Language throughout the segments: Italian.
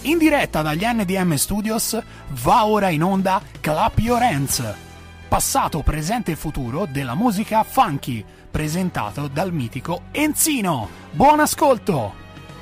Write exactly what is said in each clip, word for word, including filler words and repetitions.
In diretta dagli N D M Studios va ora in onda Clap Your Hands, passato, presente e futuro della musica funky, presentato dal mitico Enzino. Buon ascolto!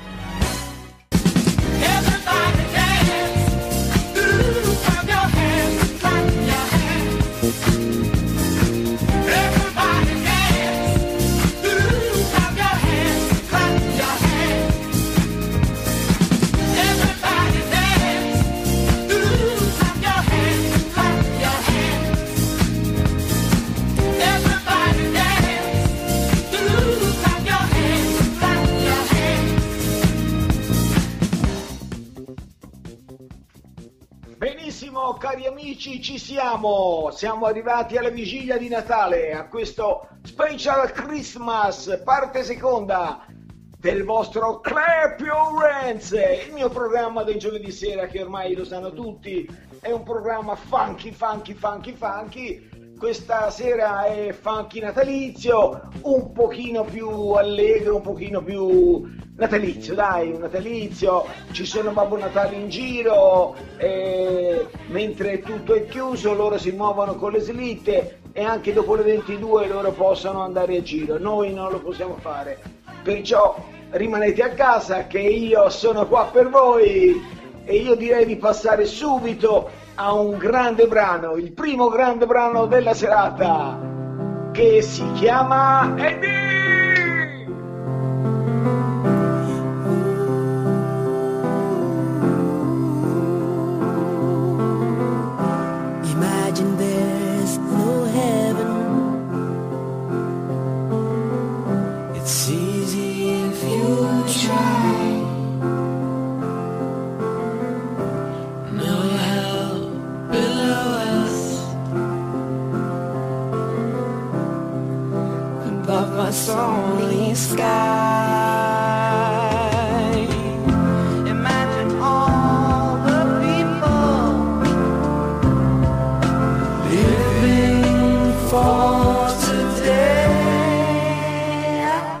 Benissimo, cari amici, ci siamo, siamo arrivati alla vigilia di Natale, a questo Special Christmas, parte seconda del vostro Clap Your Hands, il mio programma del giovedì sera che ormai lo sanno tutti, è un programma funky, funky, funky, funky. Questa sera è funky natalizio, un pochino più allegro, un pochino più natalizio, dai, un natalizio, ci sono Babbo Natale in giro, e mentre tutto è chiuso loro si muovono con le slitte e anche dopo le ventidue loro possono andare a giro, noi non lo possiamo fare, perciò rimanete a casa che io sono qua per voi e io direi di passare subito a un grande brano, il primo grande brano della serata, che si chiama Eddie! Imagine there's no heaven. It's easy if you try. My stormy sky. Imagine all the people living for today.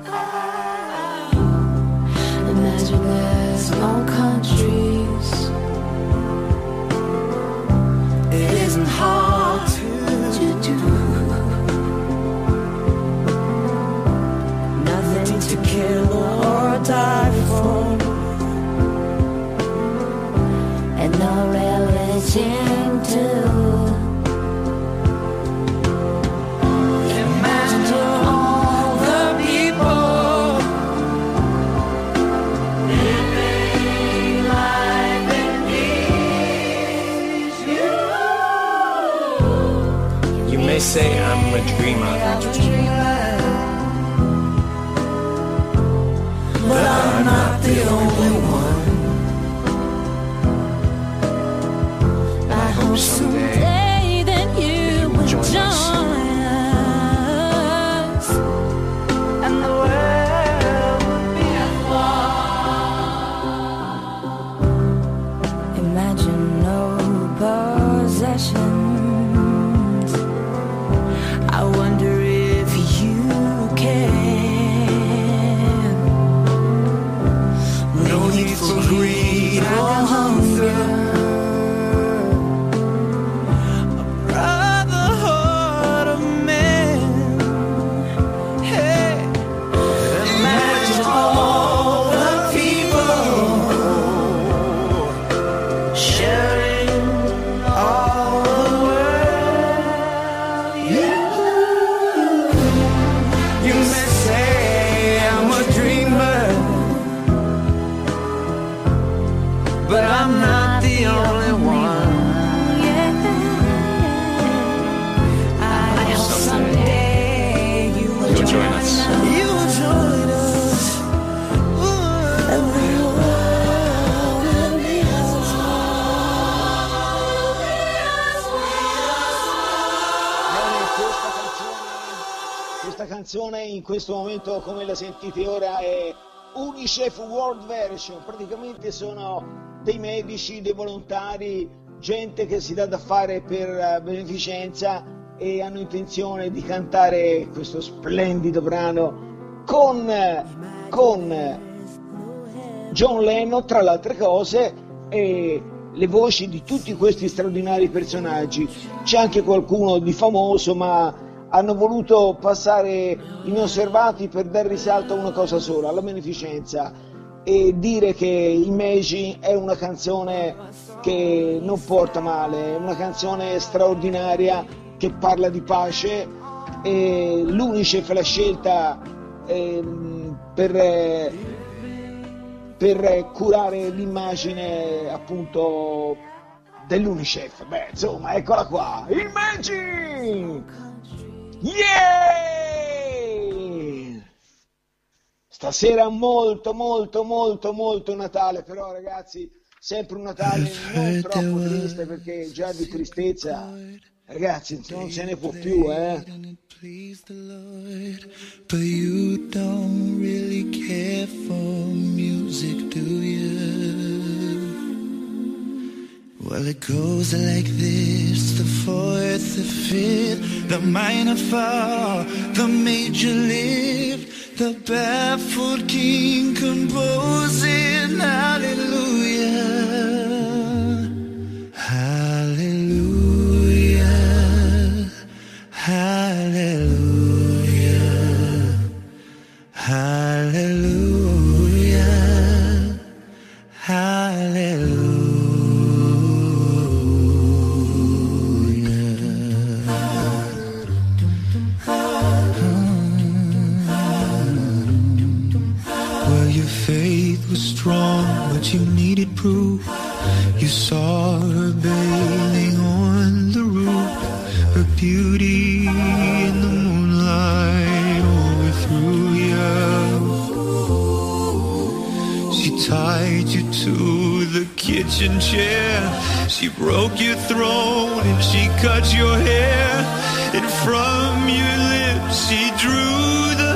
Imagine there's no countries. It isn't hard to do. To kill or die for, and no religion too. Imagine all the people living life beneath you. You may say I'm a dreamer, but I'm not the only one. I hope someday that you will join us, and the world will be one. Imagine no possessions. I wonder if you can. for greed or hunger, a brotherhood of men. Hey, imagine all the people sharing all the world. You, you may say I'm a dreamer, but I'm not the only one. I hope someday you will You'll join join us. us. You will join us. And the world will be Questa canzone in questo momento, come la sentite ora, è Unicef World Version. Praticamente sono dei medici, dei volontari, gente che si dà da fare per beneficenza e hanno intenzione di cantare questo splendido brano con, con John Lennon, tra le altre cose, e le voci di tutti questi straordinari personaggi. C'è anche qualcuno di famoso, ma hanno voluto passare inosservati per dar risalto a una cosa sola, alla beneficenza, e dire che Imagine è una canzone che non porta male, è una canzone straordinaria che parla di pace, e l'Unicef l'ha scelta eh, per, eh, per curare l'immagine appunto dell'Unicef. Beh, insomma, eccola qua, Imagine! Yeah! Stasera molto molto molto molto Natale, però ragazzi, sempre un Natale non troppo triste, perché già di tristezza, ragazzi, non se ne può più, eh. But you don't really care for music, do you? Well, it goes like this: the fourth, the fifth, the minor fall, the major lift, the baffled king composing hallelujah, hallelujah, hallelujah, hallelujah, hallelujah. Strong, but you needed proof. You saw her bathing on the roof, her beauty in the moonlight overthrew you. She tied you to the kitchen chair, she broke your throat and she cut your hair, and from your lips she drew the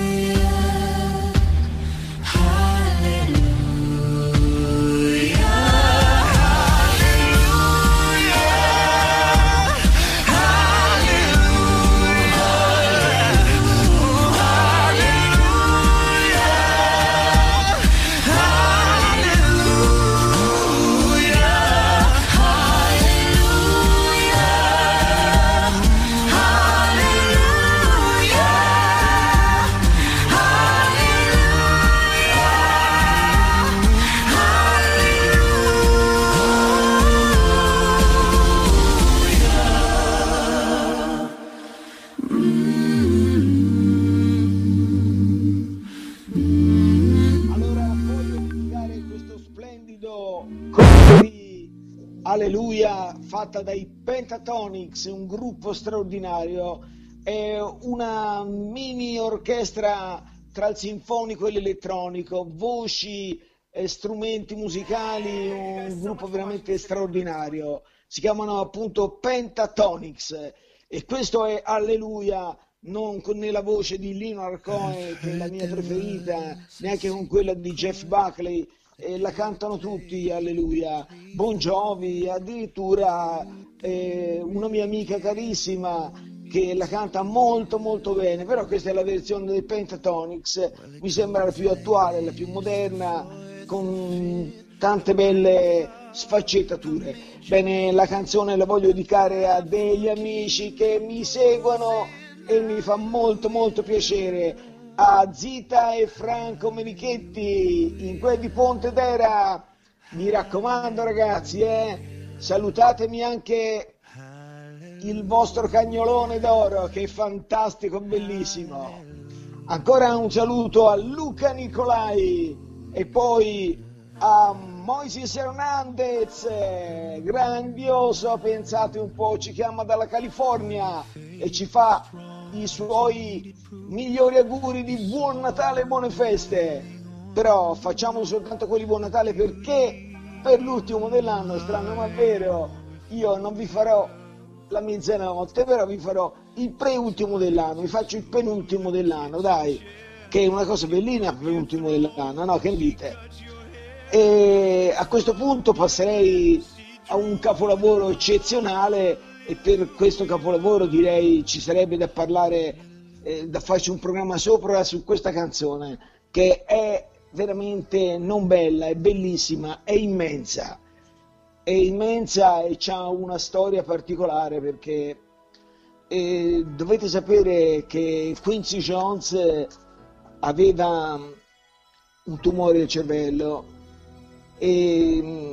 Hallelujah. Alleluia, fatta dai Pentatonix, un gruppo straordinario, è una mini orchestra tra il sinfonico e l'elettronico, voci, eh, strumenti musicali, un gruppo veramente straordinario. Si chiamano appunto Pentatonix e questo è Alleluia, non con nella voce di Leonard Cohen, che è la mia preferita, neanche con quella di Jeff Buckley. E la cantano tutti, Alleluia, Bon Jovi, addirittura eh, una mia amica carissima che la canta molto molto bene, però questa è la versione dei Pentatonix, mi sembra la più attuale, la più moderna, con tante belle sfaccettature. Bene, la canzone la voglio dedicare a degli amici che mi seguono e mi fa molto molto piacere, a Zita e Franco Menichetti in quel di Pontedera. Mi raccomando ragazzi, eh, salutatemi anche il vostro cagnolone d'oro che è fantastico, bellissimo. Ancora un saluto a Luca Nicolai e poi a Moises Hernandez, grandioso, pensate un po', ci chiama dalla California e ci fa i suoi migliori auguri di buon Natale e buone feste. Però facciamo soltanto quelli buon Natale, perché per l'ultimo dell'anno, strano ma vero, io non vi farò la mezzanotte, però vi farò il pre-ultimo dell'anno, vi faccio il penultimo dell'anno, dai, che è una cosa bellina, il penultimo dell'anno, no? Che dite? E a questo punto passerei a un capolavoro eccezionale, e per questo capolavoro direi ci sarebbe da parlare, eh, da farci un programma sopra su questa canzone, che è veramente non bella, è bellissima, è immensa, è immensa e ha una storia particolare, perché eh, dovete sapere che Quincy Jones aveva un tumore del cervello e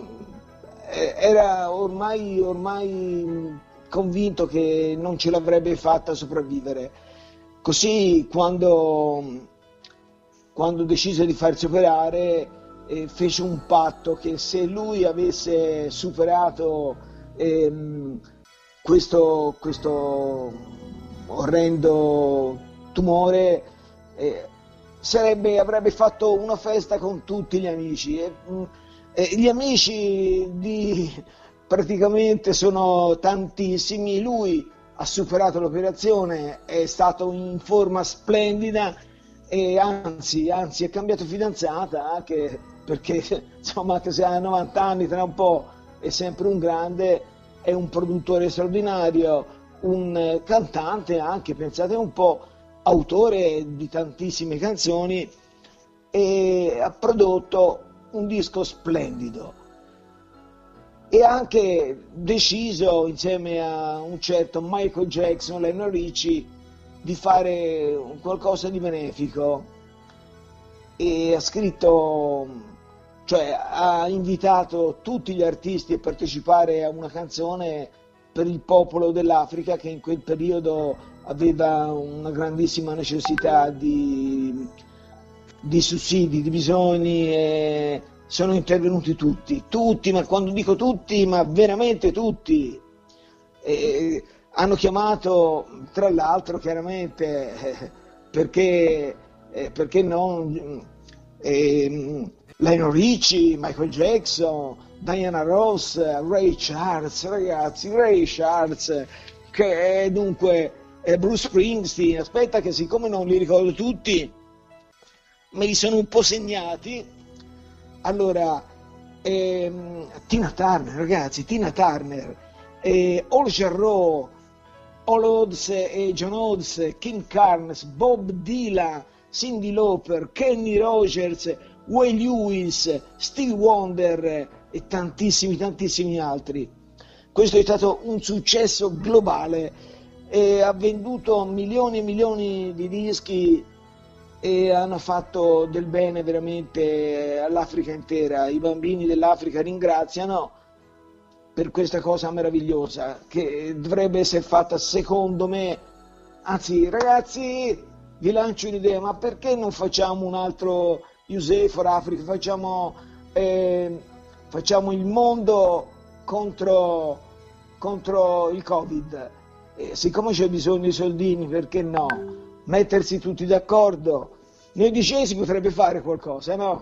era ormai ormai convinto che non ce l'avrebbe fatta sopravvivere. Così quando, quando decise di farsi operare, eh, fece un patto che se lui avesse superato ehm, questo, questo orrendo tumore, eh, sarebbe, avrebbe fatto una festa con tutti gli amici. E, e gli amici di praticamente sono tantissimi. Lui ha superato l'operazione, è stato in forma splendida e anzi, anzi è cambiato fidanzata, anche perché insomma, anche se ha novanta anni, tra un po' è sempre un grande, è un produttore straordinario, un cantante anche, pensate un po', autore di tantissime canzoni, e ha prodotto un disco splendido. E anche deciso insieme a un certo Michael Jackson, Lionel Richie, di fare qualcosa di benefico, e ha scritto, cioè ha invitato tutti gli artisti a partecipare a una canzone per il popolo dell'Africa, che in quel periodo aveva una grandissima necessità di, di sussidi, di bisogni, e sono intervenuti tutti, tutti, ma quando dico tutti, ma veramente tutti. E hanno chiamato, tra l'altro, chiaramente, eh, perché, eh, perché non, eh, Lionel Richie, Michael Jackson, Diana Ross, Ray Charles, ragazzi, Ray Charles, che è dunque è Bruce Springsteen. Aspetta che siccome non li ricordo tutti, me li sono un po' segnati. Allora, ehm, Tina Turner, ragazzi, Tina Turner, eh, Al Jarreau, Hall Oates e John Oates, Kim Carnes, Bob Dylan, Cyndi Lauper, Kenny Rogers, Huey Lewis, Stevie Wonder e tantissimi tantissimi altri. Questo è stato un successo globale e ha venduto milioni e milioni di dischi e hanno fatto del bene veramente all'Africa intera. I bambini dell'Africa ringraziano per questa cosa meravigliosa che dovrebbe essere fatta, secondo me. Anzi, ragazzi, vi lancio un'idea: ma perché non facciamo un altro U S A for Africa? Facciamo, eh, facciamo il mondo contro, contro il Covid. E siccome c'è bisogno di soldini, perché no? Mettersi tutti d'accordo. Noi dicesi potrebbe fare qualcosa, no?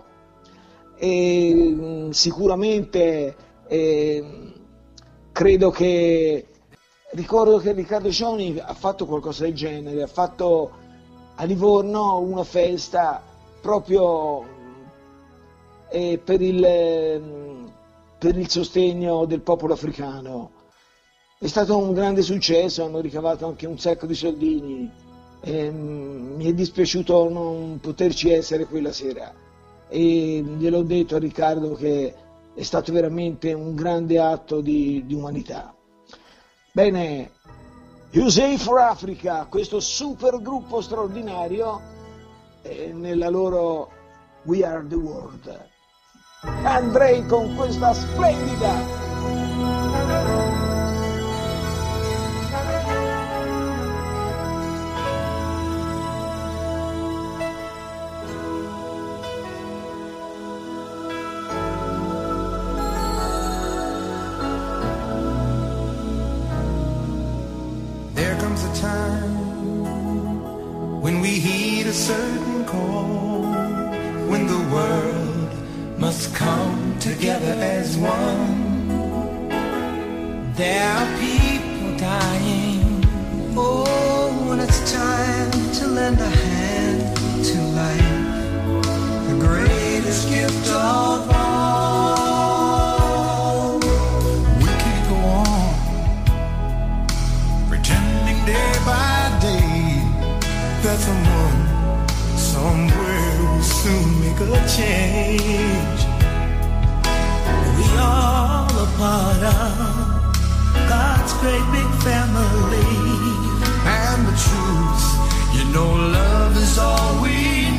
E, sicuramente eh, credo che ricordo che Riccardo Cioni ha fatto qualcosa del genere, ha fatto a Livorno una festa proprio eh, per, il, eh, per il sostegno del popolo africano. È stato un grande successo, hanno ricavato anche un sacco di soldini. E, mm, mi è dispiaciuto non poterci essere quella sera e gliel'ho detto a Riccardo che è stato veramente un grande atto di, di umanità. Bene, U S A for Africa, questo super gruppo straordinario eh, nella loro We Are the World. Andrei con questa splendida when we heed a certain call, when the world must come together as one. There are people dying. Oh, when it's time to lend a hand to life, the greatest gift of all. We can't go on pretending day by day that someone somewhere will soon make a change. We all a part of God's great big family. And the truth, you know, love is all we need.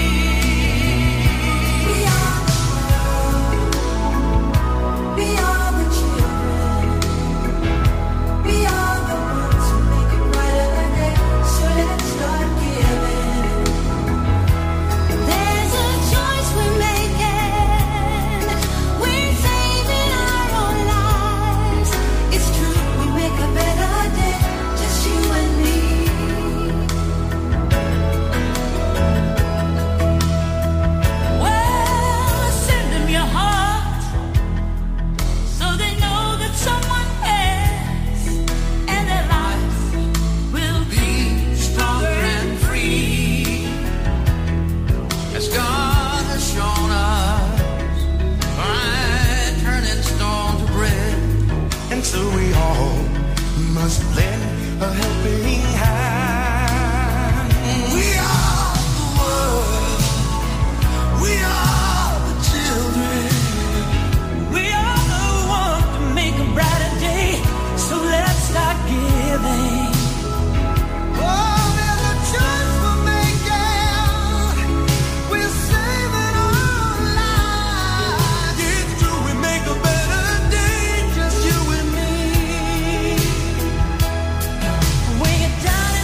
We are the world. We are the children. We are the ones who make it brighter day. So let's start giving. There's a choice we're making. We're saving our own lives. It's true, we make a better day. Just you and me. Well, send them your heart so they know that someone cares, and their lives will be stronger and free, as God has shown us by turning stone to bread. And so we all must lend a helping hand. We are the world. We are the children. We are the ones to make a brighter day. So let's start giving. Oh, there's a choice we're making. We're saving our lives. It's true, we make a better day, just you and me. When you're down and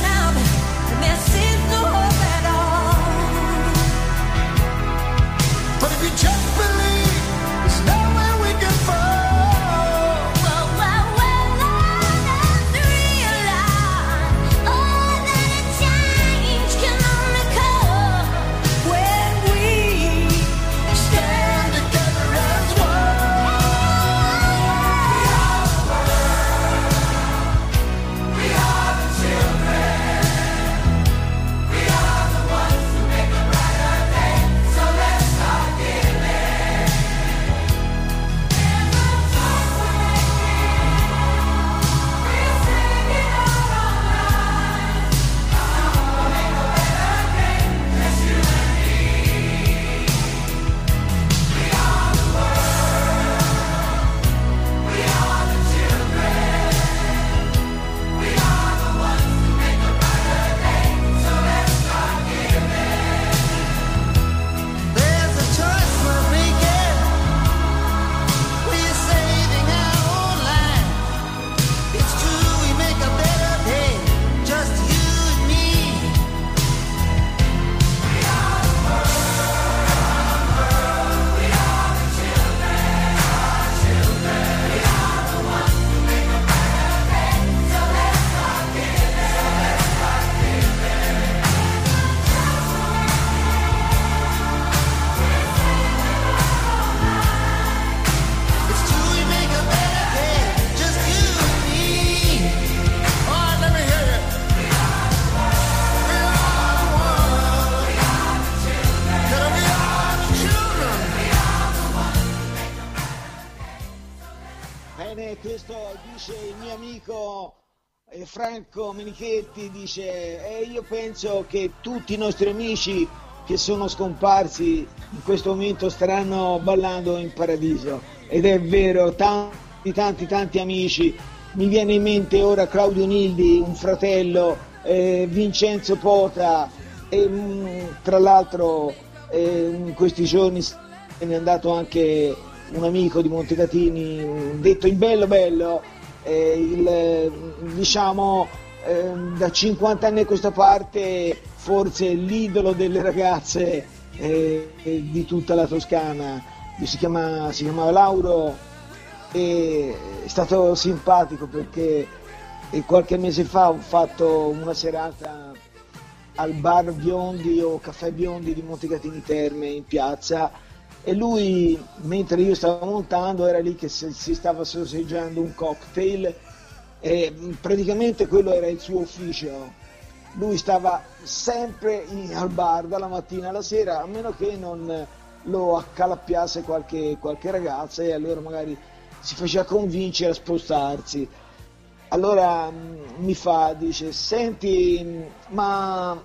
questo dice il mio amico eh, Franco Menichetti, dice e io penso che tutti i nostri amici che sono scomparsi in questo momento staranno ballando in paradiso, ed è vero, tanti tanti tanti amici. Mi viene in mente ora Claudio Nildi, un fratello, eh, Vincenzo Pota, e mh, tra l'altro eh, in questi giorni se ne è andato anche un amico di Montecatini, detto il bello bello, eh, il, diciamo eh, da cinquanta anni a questa parte forse l'idolo delle ragazze eh, di tutta la Toscana. Si chiama, si chiamava Lauro, e è stato simpatico perché qualche mese fa ho fatto una serata al bar Biondi o Caffè Biondi di Montecatini Terme in piazza, e lui, mentre io stavo montando, era lì che si stava sorseggiando un cocktail, e praticamente quello era il suo ufficio. Lui stava sempre in, al bar dalla mattina alla sera, a meno che non lo accalappiasse qualche, qualche ragazza, e allora magari si faceva convincere a spostarsi. Allora mh, mi fa, dice, senti, ma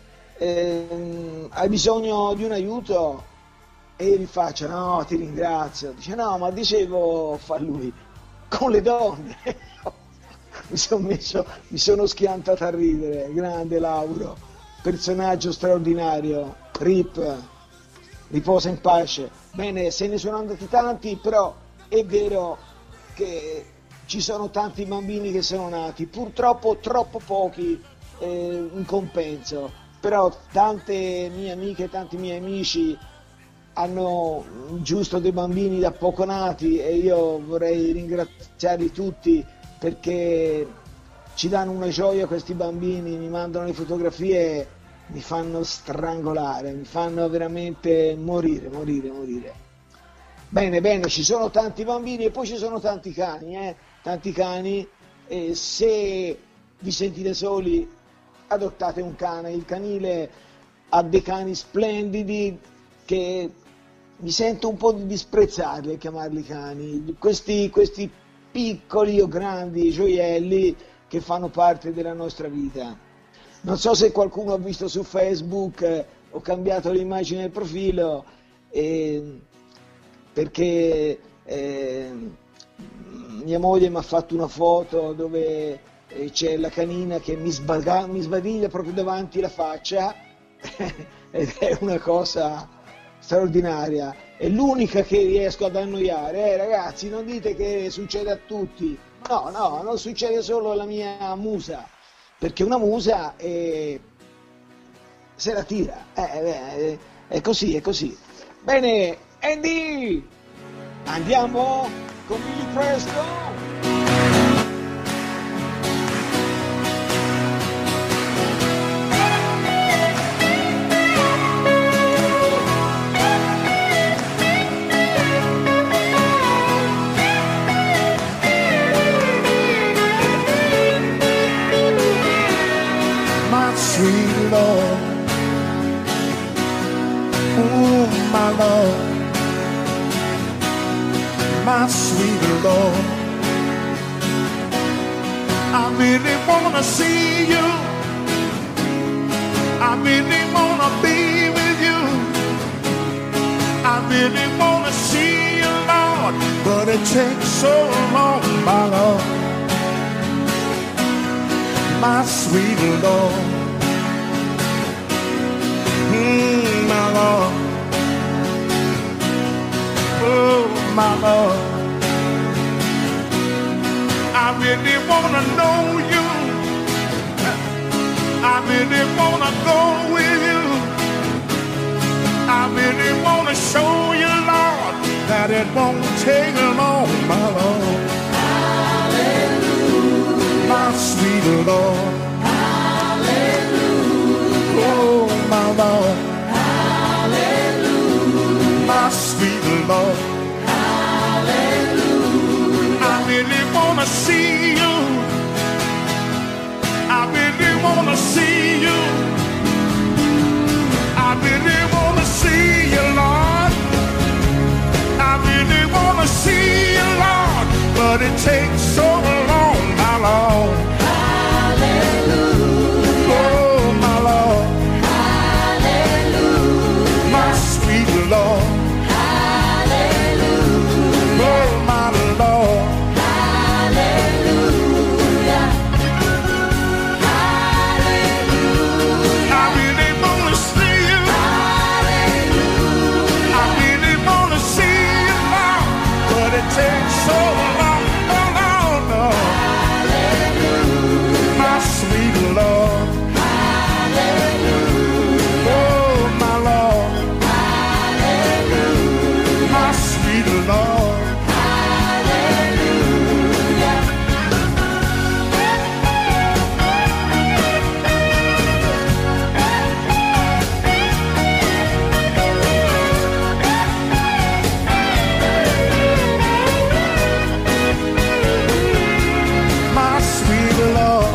ehm, hai bisogno di un aiuto? E io gli faccio, no, ti ringrazio. Dice, no, ma dicevo, fa lui, con le donne. mi, sono messo, mi sono schiantato a ridere. Grande Lauro, personaggio straordinario, Rip, riposa in pace. Bene, se ne sono andati tanti, però è vero che ci sono tanti bambini che sono nati, purtroppo troppo pochi eh, in compenso, però tante mie amiche, tanti miei amici hanno giusto dei bambini da poco nati, e io vorrei ringraziarli tutti perché ci danno una gioia questi bambini, mi mandano le fotografie, mi fanno strangolare, mi fanno veramente morire, morire, morire. Bene, bene, ci sono tanti bambini e poi ci sono tanti cani, eh? tanti cani, e se vi sentite soli adottate un cane. Il canile ha dei cani splendidi che mi sento un po' di disprezzarli a chiamarli cani, questi, questi piccoli o grandi gioielli che fanno parte della nostra vita. Non so se qualcuno ha visto su Facebook, eh, ho cambiato l'immagine del profilo eh, perché eh, mia moglie mi ha fatto una foto dove eh, c'è la canina che mi, sbaga, mi sbadiglia proprio davanti la faccia ed è una cosa straordinaria, è l'unica che riesco ad annoiare, eh, ragazzi, non dite che succede a tutti, no, no, non succede solo alla mia musa, perché una musa è... se la tira, eh, eh, è così, è così. Bene, Andy, andiamo con Billy Preston. Sweet Lord, oh my Lord, my sweet Lord, I really wanna see you, I really wanna be with you, I really wanna see you, Lord, but it takes so long, my Lord, my sweet Lord. Mm, my Lord, oh my Lord, I really wanna know you, I really wanna go with you, I really wanna show you, Lord, that it won't take long, my Lord, hallelujah, my sweet Lord. Oh, my Lord, hallelujah, my sweet Lord, hallelujah, I really wanna see you, I really wanna see you, I really wanna see you, Lord, I really wanna see you, Lord, but but it takes so long, my Lord. Hallelujah. Oh, my Lord. Hallelujah. My sweet Lord. Hallelujah. Oh, my Lord. Hallelujah. Hallelujah. I really wanna see you. Hallelujah. I really wanna see you now, but it takes so long. Lord, hallelujah. Oh, my Lord, hallelujah. My sweet Lord, hallelujah. My sweet Lord.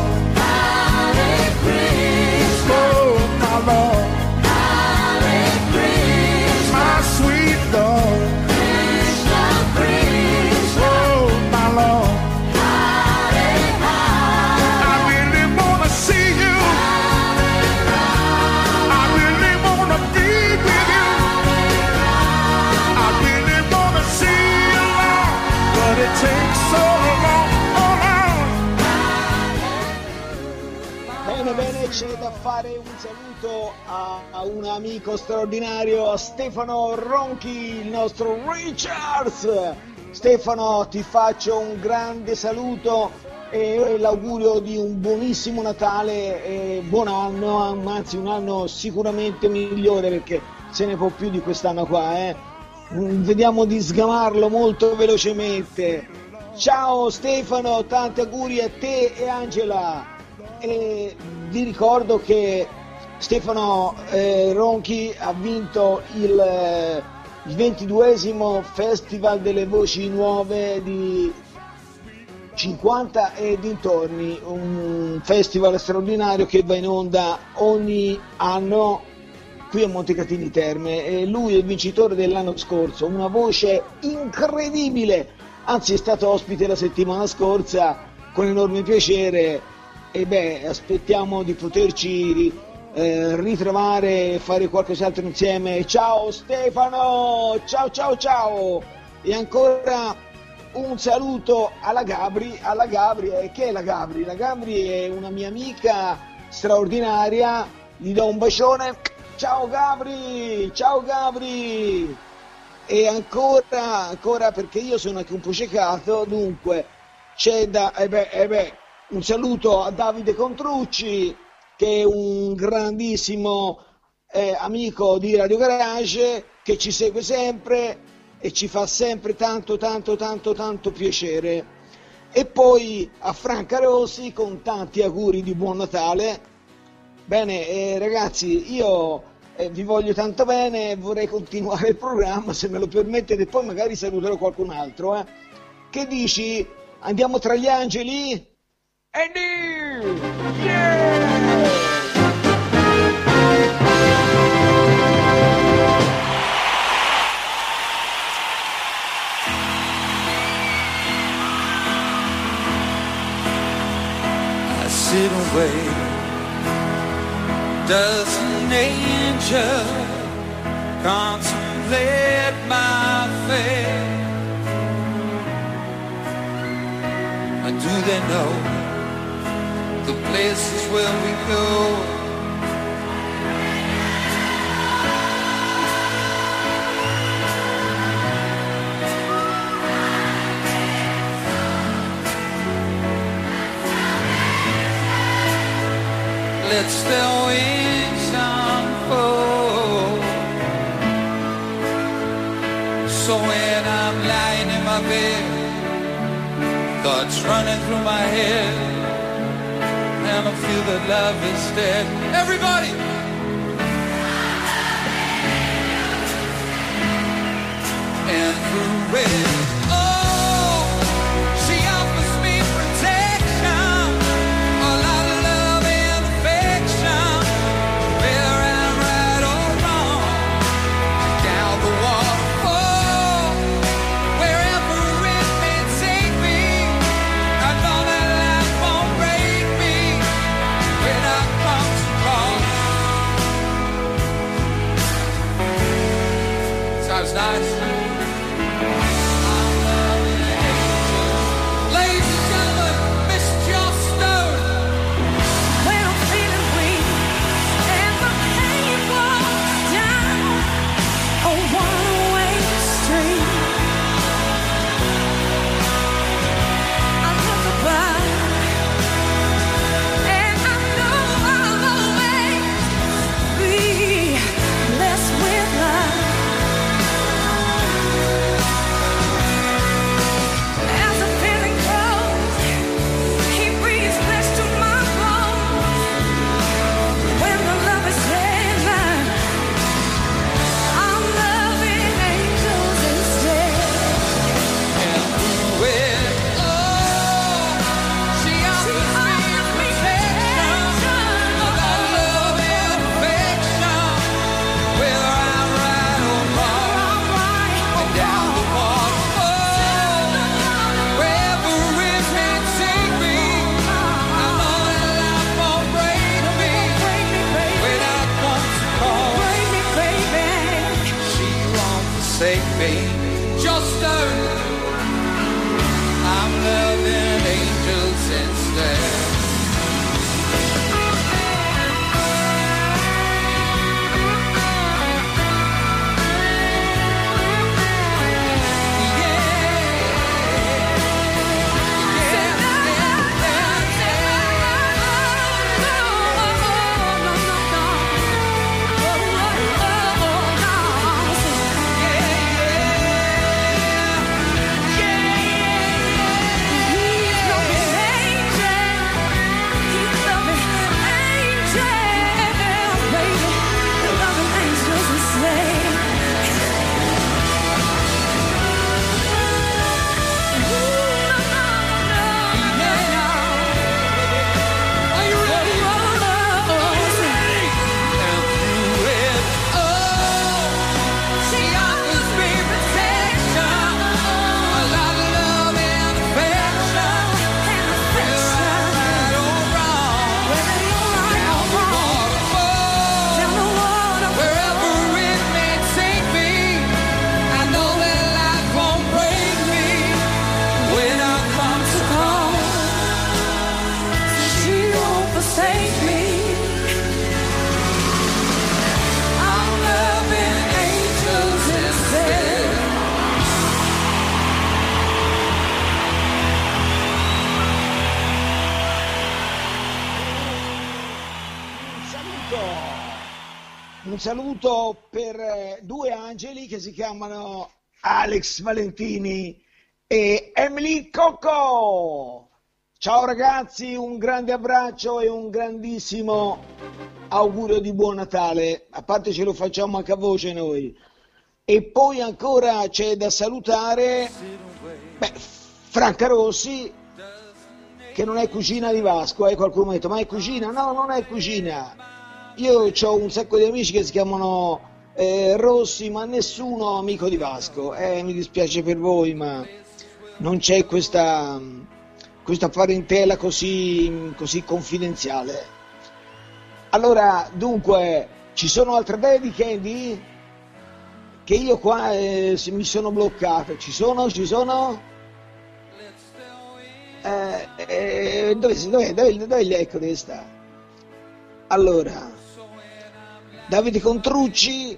C'è da fare un saluto a, a un amico straordinario, a Stefano Ronchi, il nostro Richards. Stefano, ti faccio un grande saluto e, e l'augurio di un buonissimo Natale e buon anno, anzi un anno sicuramente migliore, perché se ne può più di quest'anno qua, eh. Vediamo di sgamarlo molto velocemente. Ciao Stefano, tanti auguri a te e Angela. E vi ricordo che Stefano eh, Ronchi ha vinto il, eh, il ventiduesimo Festival delle Voci Nuove di cinquanta e dintorni, un festival straordinario che va in onda ogni anno qui a Montecatini Terme, e lui è il vincitore dell'anno scorso, una voce incredibile, anzi è stato ospite la settimana scorsa con enorme piacere. E beh, aspettiamo di poterci eh, ritrovare e fare qualcos'altro insieme. Ciao Stefano, ciao ciao ciao. E ancora un saluto alla Gabri, alla Gabri, eh, che è la Gabri? La Gabri è una mia amica straordinaria, gli do un bacione. Ciao Gabri, ciao Gabri. E ancora, ancora perché io sono anche un po' ciecato, dunque c'è da, eh beh, eh beh, un saluto a Davide Contrucci, che è un grandissimo eh, amico di Radio Garage, che ci segue sempre e ci fa sempre tanto tanto tanto tanto piacere. E poi a Franca Rossi con tanti auguri di buon Natale. Bene, eh, ragazzi, io eh, vi voglio tanto bene, vorrei continuare il programma se me lo permettete, poi magari saluterò qualcun altro. Eh. Che dici? Andiamo tra gli angeli? Andy! Yeah! I sit and wait. Does an angel contemplate my fate? Or do they know the places where we go? Let's their wings unfold. So when I'm lying in my bed, thoughts running through my head, and I feel that love is dead. Everybody! And through it, oh, she offers me protection, a lot of love and affection, whether I'm right or wrong. Down the waterfall, wherever it may take me, monster. I'm loving angels instead. Un saluto per eh, due angeli che si chiamano Alex Valentini e Emily Cocco. Ciao ragazzi, un grande abbraccio e un grandissimo augurio di buon Natale. A parte ce lo facciamo anche a voce noi. E poi ancora c'è da salutare beh, Franca Rossi, che non è cugina di Vasco. Eh, qualcuno mi ha detto, ma è cugina? No, non è cugina. Io ho un sacco di amici che si chiamano eh, Rossi, ma nessuno amico di Vasco. Eh, mi dispiace per voi, ma non c'è questa, questa parentela così, così confidenziale. Allora, dunque, ci sono altre dediche, Andy? Che io qua eh, mi sono bloccato. Ci sono? Ci sono? Eh, eh, dove, dove, dove, dove l'ecco dove sta? Allora, Davide Contrucci,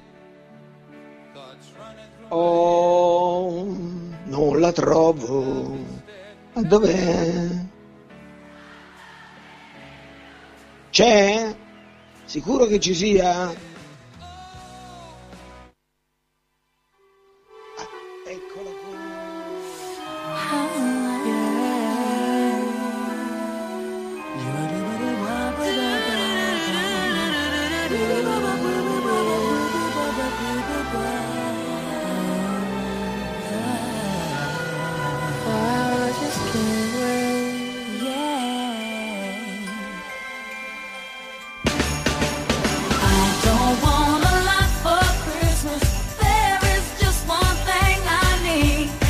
oh, non la trovo, ma dov'è? C'è? Sicuro che ci sia? Ah, eccola qua. There is just one thing I need.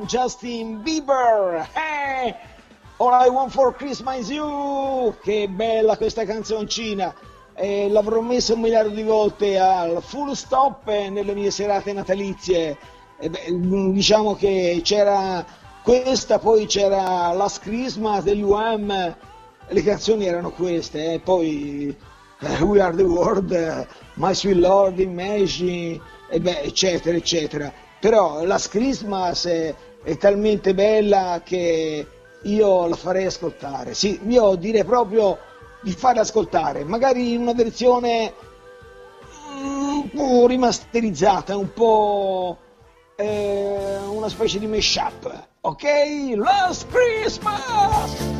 Justin Bieber. Eh, All I Want for Christmas is You. Che bella questa canzoncina. Eh, l'avrò messa un miliardo di volte al full stop nelle mie serate natalizie. Eh, beh, diciamo che c'era questa, poi c'era Last Christmas degli U M. Le canzoni erano queste, eh. Poi uh, We Are the World, uh, My Sweet Lord, Imagine, e beh, eccetera, eccetera. Però Last Christmas è, è talmente bella che io la farei ascoltare. Sì, io direi proprio di farla ascoltare, magari in una versione un po' rimasterizzata, un po' eh, una specie di mashup. Ok? Last Christmas!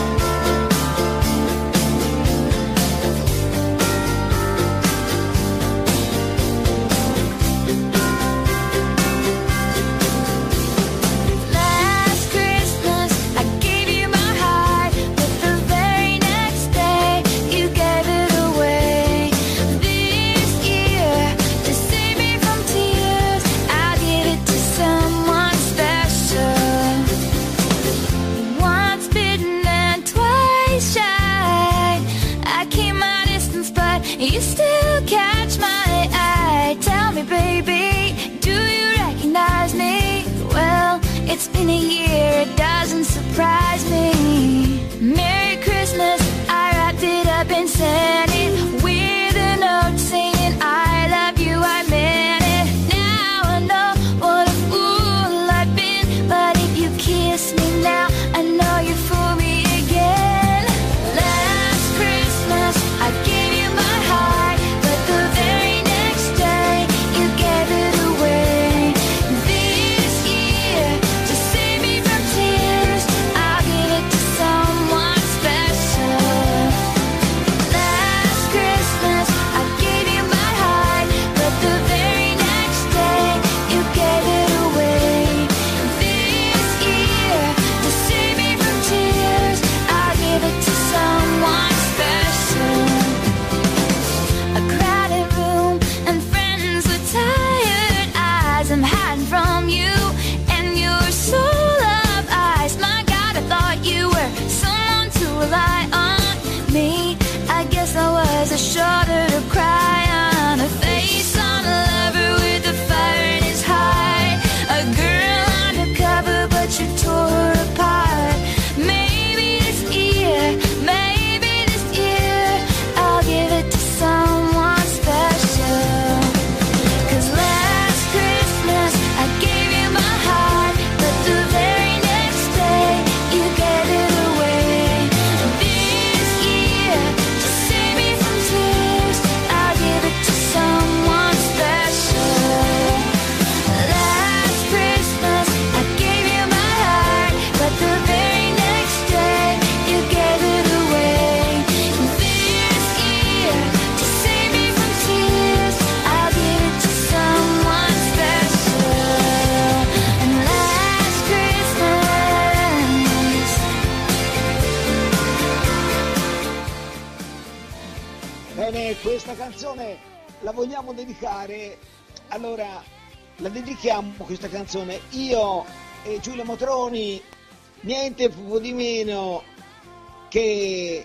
You still catch my eye. Tell me, baby, do you recognize me? Well, it's been a year, it doesn't surprise me. Merry Christmas, I wrapped it up and sent it with a note saying I love you, I meant it. Now I know what a fool I've been, but if you kiss me now, I know you fool me again. Last Christmas, I gave you my heart, but the very next day you gave it away. This year, to save me from tears, I'll give it to someone special. Last Christmas, I gave you my heart, but the very next day you gave it away. This year, to save me from tears, I'll give it to someone special. A crowded room and friends with tired eyes. I'm hiding from you and your soul of ice. My God, I thought you were someone to rely on. Me, I guess I was a shoulder to cry on, a face on a lover with a fire in his heart, a girl undercover but you tore her apart. Maybe this year, maybe this year, I'll give it to someone special. 'Cause last Christmas I gave you my heart, but the very next day you gave it away. This year, to save me from tears, I'll give it to someone special. Last Christmas I gave you my heart, but the very next day you gave it away. This year, to save me from tears, I'll give it to someone special. And last Christmas. Bene, questa canzone la vogliamo dedicare, allora la dedichiamo questa canzone io e Giulia Motroni, niente po' di meno che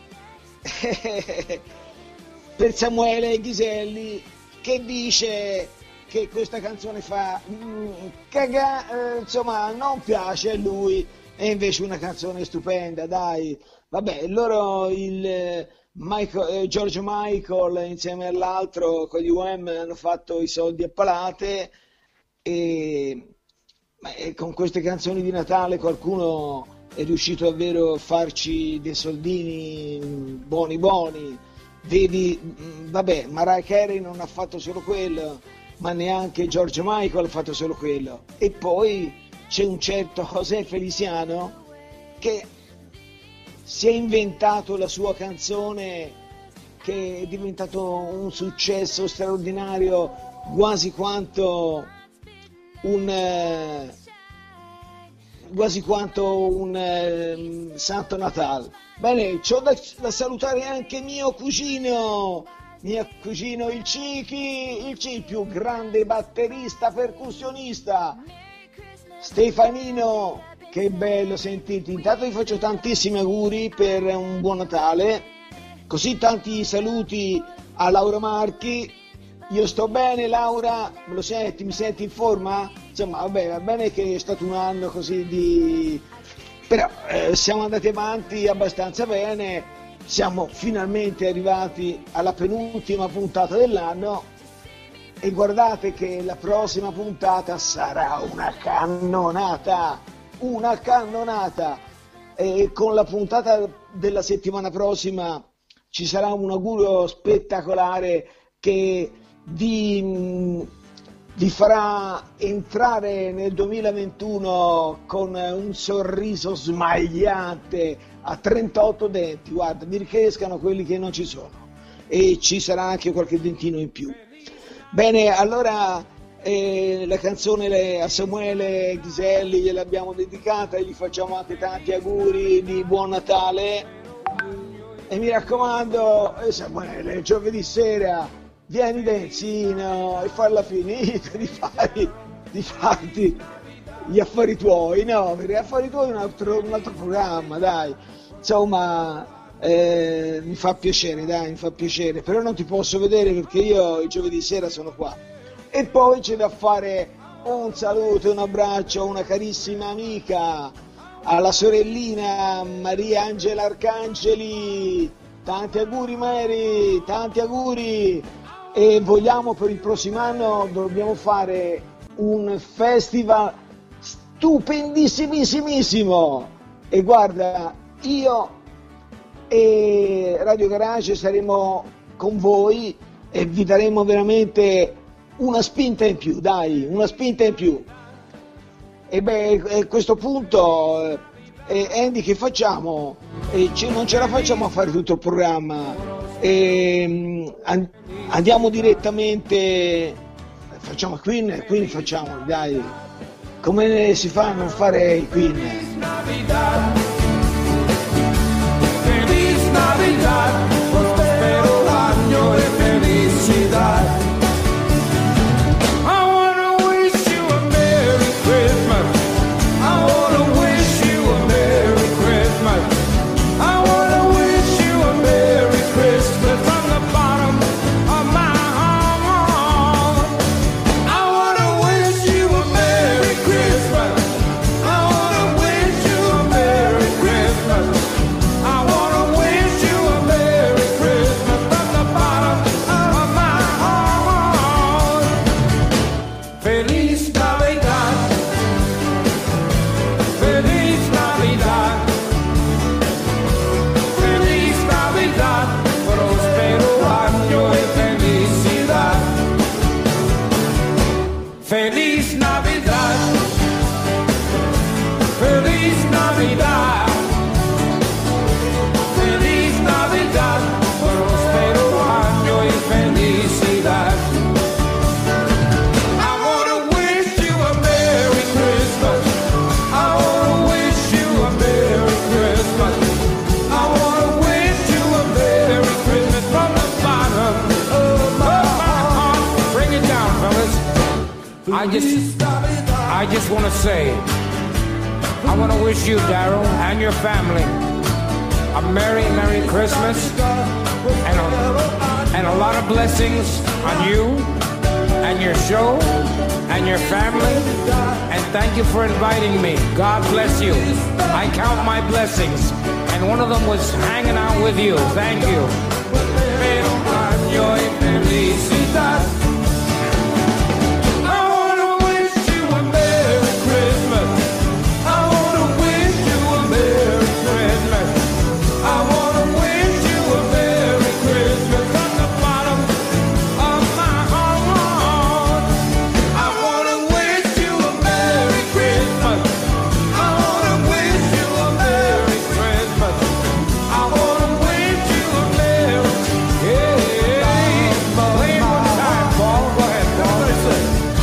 per Samuele Ghiselli, che dice che questa canzone fa mm, caga, eh, insomma non piace a lui, è invece una canzone stupenda, dai. Vabbè, loro il eh, Michael, eh, George Michael insieme all'altro con gli U M hanno fatto i soldi a palate e, ma, e con queste canzoni di Natale qualcuno è riuscito davvero a farci dei soldini buoni buoni. Vedi, mh, vabbè, Mariah Carey non ha fatto solo quello, ma neanche George Michael ha fatto solo quello. E poi c'è un certo José Feliciano che si è inventato la sua canzone, che è diventato un successo straordinario, quasi quanto un eh, quasi quanto un eh, Santo Natale. Bene, c'ho da, da salutare anche mio cugino, mio cugino il Cichi, il Cichi, il più grande batterista percussionista. Stefanino, che bello sentirti. Intanto vi faccio tantissimi auguri per un buon Natale, così tanti saluti a Laura Marchi. Io sto bene, Laura, me lo senti? Mi senti in forma? Insomma, vabbè, va bene che è stato un anno così di... però eh, siamo andati avanti abbastanza bene, siamo finalmente arrivati alla penultima puntata dell'anno e guardate che la prossima puntata sarà una cannonata, una cannonata, e con la puntata della settimana prossima ci sarà un augurio spettacolare che vi, vi farà entrare nel duemilaventuno con un sorriso smagliante a trentotto denti, guarda, vi ricrescano quelli che non ci sono e ci sarà anche qualche dentino in più. Bene, allora eh, la canzone le, a Samuele Ghiselli gliel'abbiamo dedicata e gli facciamo anche tanti auguri di buon Natale e mi raccomando, eh, Samuele, giovedì sera vieni da Enzino e farla finita di, fare, di farti gli affari tuoi, no, per gli affari tuoi un altro, un altro programma, dai, insomma, eh, mi fa piacere, dai, mi fa piacere, però non ti posso vedere perché io il giovedì sera sono qua. E poi c'è da fare un saluto, un abbraccio a una carissima amica, alla sorellina Maria Angela Arcangeli, tanti auguri Mary, tanti auguri. E vogliamo per il prossimo anno, dobbiamo fare un festival stupendissimissimo e guarda, io e Radio Garage saremo con voi e vi daremo veramente una spinta in più, dai, una spinta in più. E beh, a questo punto eh, Andy, che facciamo? Eh, ce, non ce la facciamo a fare tutto il programma. E, and- andiamo direttamente, facciamo Queen, Queen facciamo, dai, come si fa a non fare i Queen? Feliz Navidad, prospero año de felicidad. I wanna wish you a Merry Christmas. I wanna wish you a Merry Christmas. I wanna wish you a Merry Christmas from the bottom of my heart. I wanna wish you a Merry Christmas. I wanna wish you a Merry Christmas. I wanna wish you a Merry Christmas from the bottom of my heart. Feliz Navidad. Feliz Navidad. Feliz Navidad, prospero año y felicidad. Feliz Navidad. Feliz Navidad. Feliz Navidad, prospero año y felicidad. I wanna wish you a Merry Christmas. I wanna wish you a Merry Christmas. I wanna wish you a Merry Christmas from the bottom of my heart. Bring it down, fellas. I just, I just want to say, I want to wish you, Daryl, and your family a Merry, Merry Christmas and a, and a lot of blessings on you and your show and your family. And thank you for inviting me. God bless you. I count my blessings, and one of them was hanging out with you. Thank you. I wanna wish you a Merry Christmas. I wanna wish you a Merry Christmas. I wanna wish you a Merry Christmas from the bottom of my heart. I wanna wish you a Merry Christmas. I wanna wish you a Merry Christmas. I wanna wish you a Merry, yeah. Play it one time, Paul. Go ahead, Paul. Listen.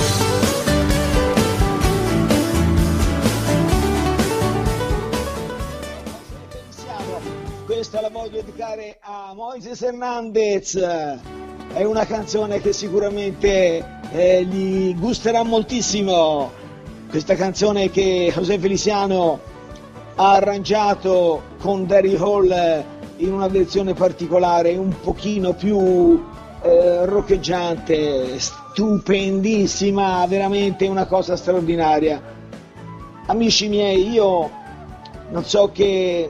Questa la voglio dedicare a Moises Hernandez, è una canzone che sicuramente eh, gli gusterà moltissimo. questa canzone che José Feliciano ha arrangiato con Daryl Hall in una versione particolare, un pochino più eh, roccheggiante, stupendissima, veramente una cosa straordinaria. Amici miei, io non so che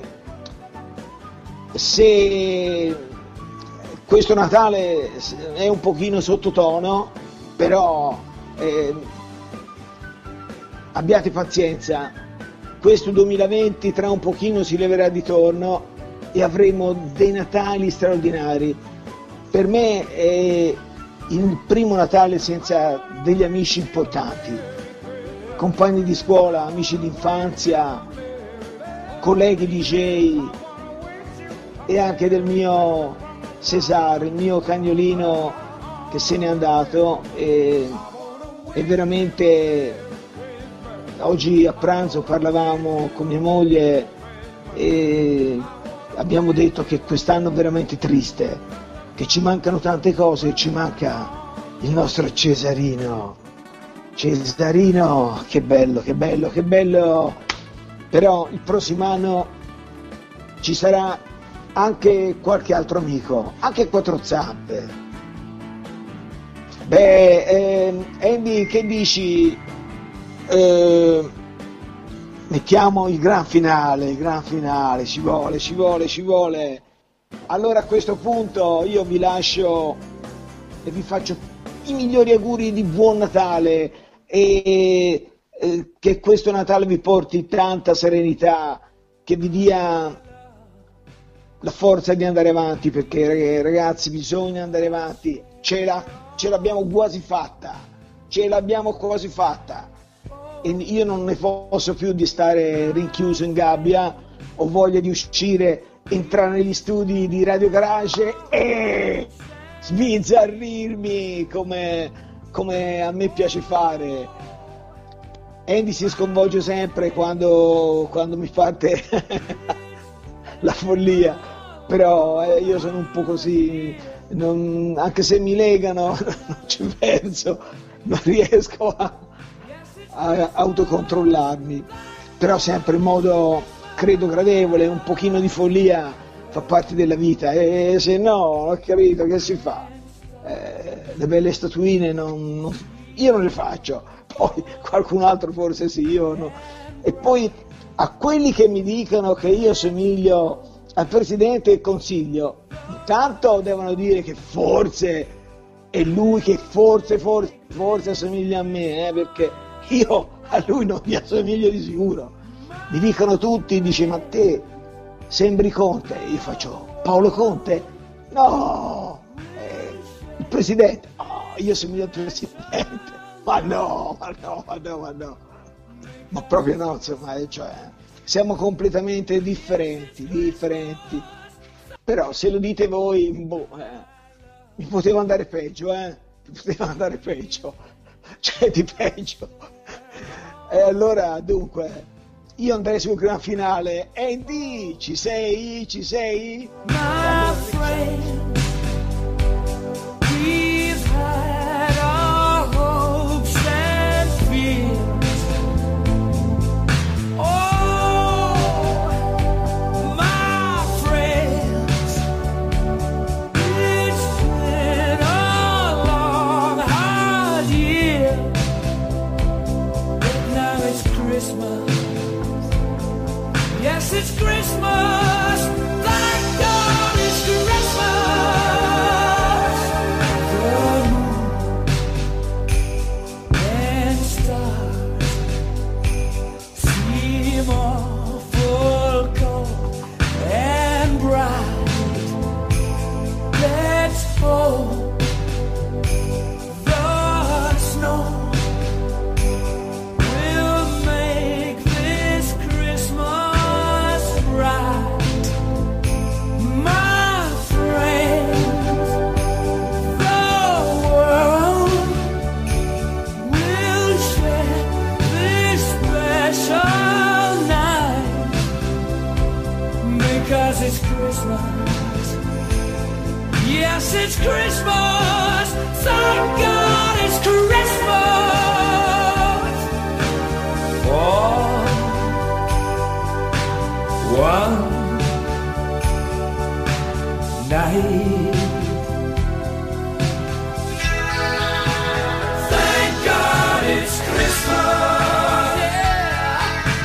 se questo Natale è un pochino sottotono, però eh, abbiate pazienza, questo duemilaventi tra un pochino si leverà di torno e avremo dei Natali straordinari. Per me è il primo Natale senza degli amici importanti, compagni di scuola, amici d'infanzia, colleghi D J e anche del mio Cesar, il mio cagnolino che se n'è andato. E, e veramente oggi a pranzo parlavamo con mia moglie e abbiamo detto che quest'anno è veramente triste, che ci mancano tante cose, ci manca il nostro Cesarino. Cesarino, che bello, che bello, che bello. Però il prossimo anno ci sarà anche qualche altro amico, anche Quattro Zampe. Beh, eh, Andy, che dici? Eh, mettiamo il gran finale, il gran finale, ci vuole, ci vuole, ci vuole. Allora a questo punto io vi lascio e vi faccio i migliori auguri di buon Natale e eh, che questo Natale vi porti tanta serenità, che vi dia la forza di andare avanti, perché ragazzi bisogna andare avanti, ce, la, ce l'abbiamo quasi fatta, ce l'abbiamo quasi fatta e io non ne posso più di stare rinchiuso in gabbia, ho voglia di uscire, entrare negli studi di Radio Garage e sbizzarrirmi come, come a me piace fare. Andy si sconvolge sempre quando, quando mi parte la follia, però eh, io sono un po' così, non, anche se mi legano non ci penso, non riesco a, a autocontrollarmi, però sempre in modo credo gradevole, un pochino di follia fa parte della vita e se no, ho capito, che si fa? Eh, le belle statuine non, non, io non le faccio, poi qualcun altro forse sì, io no. E poi a quelli che mi dicono che io somiglio al Presidente del Consiglio, intanto devono dire che forse è lui che forse, forse, forse assomiglia a me, eh, perché io a lui non mi assomiglio di sicuro. Mi dicono tutti, dice, ma te sembri Conte? Io faccio, Paolo Conte? No, eh, il Presidente? Oh, io somiglio al Presidente, ma no, ma no, ma no, ma no, ma proprio no, insomma, cioè, siamo completamente differenti, differenti, però se lo dite voi, boh, eh, mi poteva andare peggio, eh, mi poteva andare peggio, cioè di peggio, e allora, dunque, io andrei sul gran finale. Andy, ci sei? Ci sei? My friend, we've had our hopes and fears. Oh, my friends, it's been a long, hard year, but now it's Christmas. Yes, it's Christmas, thank God it's Christmas. The moon and stars seem awful cold and bright. Let's hope the snow it's Christmas. Yes, it's Christmas. Thank God it's Christmas. one night. Thank God it's Christmas. Yeah.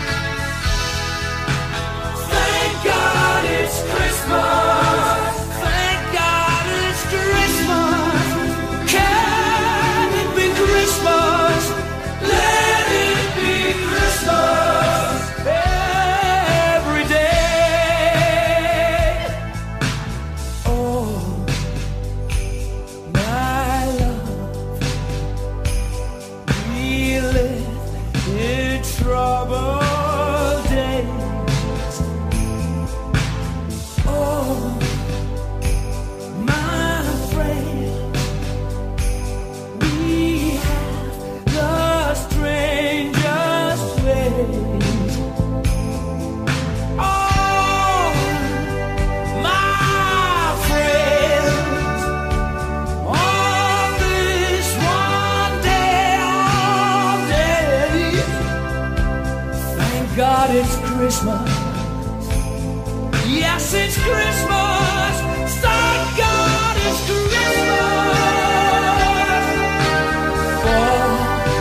Thank God it's Christmas. Thank God it's Christmas. Can it be Christmas? Let it be Christmas every day. Oh, my love, we live in troubled days. Oh, my friend, we have the strangest ways. Oh, my friends, on this one day, all day, thank God it's Christmas. Yes, it's Christmas. Thank God it's Christmas. For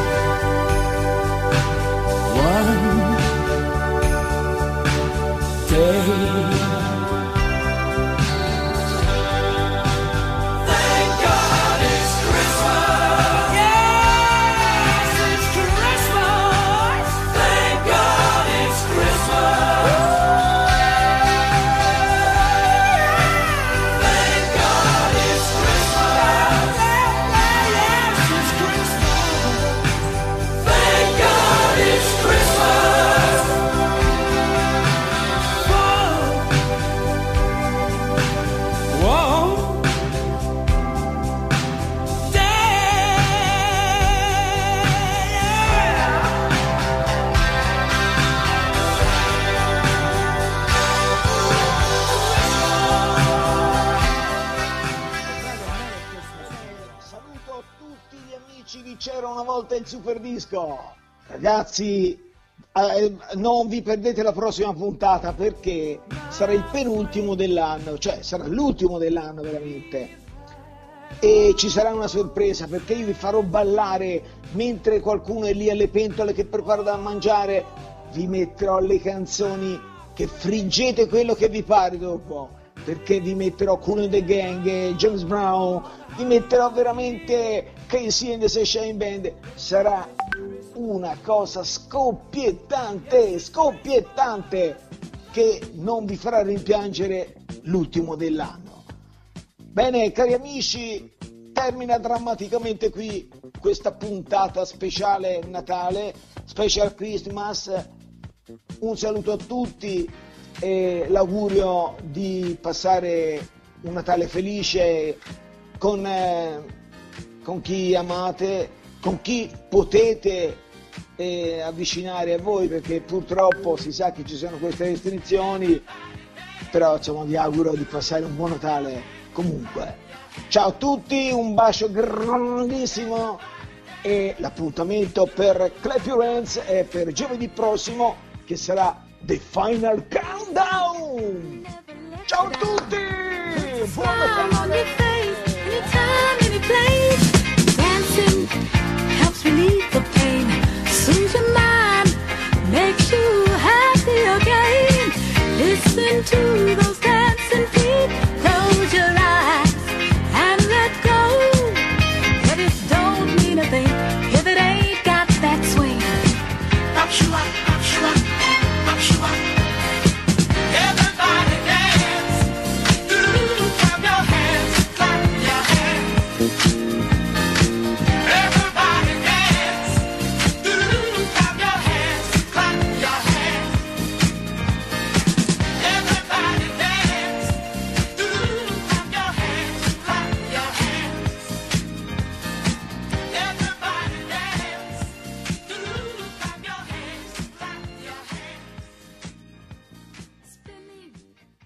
one day. Thank God it's Christmas. Yes, it's Christmas. Thank God it's Christmas. Thank God it's Christmas. Yes, it's Christmas. Thank God it's Christmas. Whoa. Whoa. Saluto tutti gli amici di C'era una volta il Super Disco. Ragazzi, eh, non vi perdete la prossima puntata perché sarà il penultimo dell'anno, cioè sarà l'ultimo dell'anno veramente. E ci sarà una sorpresa perché io vi farò ballare mentre qualcuno è lì alle pentole che prepara da mangiare. Vi metterò le canzoni che friggete quello che vi pare dopo, perché vi metterò Kool and the Gang, James Brown, vi metterò veramente Casey and the Sunshine Band. Sarà una cosa scoppiettante, scoppiettante, che non vi farà rimpiangere l'ultimo dell'anno. Bene, cari amici, termina drammaticamente qui questa puntata speciale Natale, Special Christmas. Un saluto a tutti e l'augurio di passare un Natale felice con, eh, con chi amate, con chi potete eh, avvicinare a voi, perché purtroppo si sa che ci sono queste restrizioni, però insomma vi auguro di passare un buon Natale comunque. Ciao a tutti, un bacio grandissimo e l'appuntamento per Clap Your Hands è per giovedì prossimo, che sarà The Final Countdown. Ciao a tutti, buon Natale. Dancing helps relieve the pain, soothes your mind, makes you happy again. Listen to the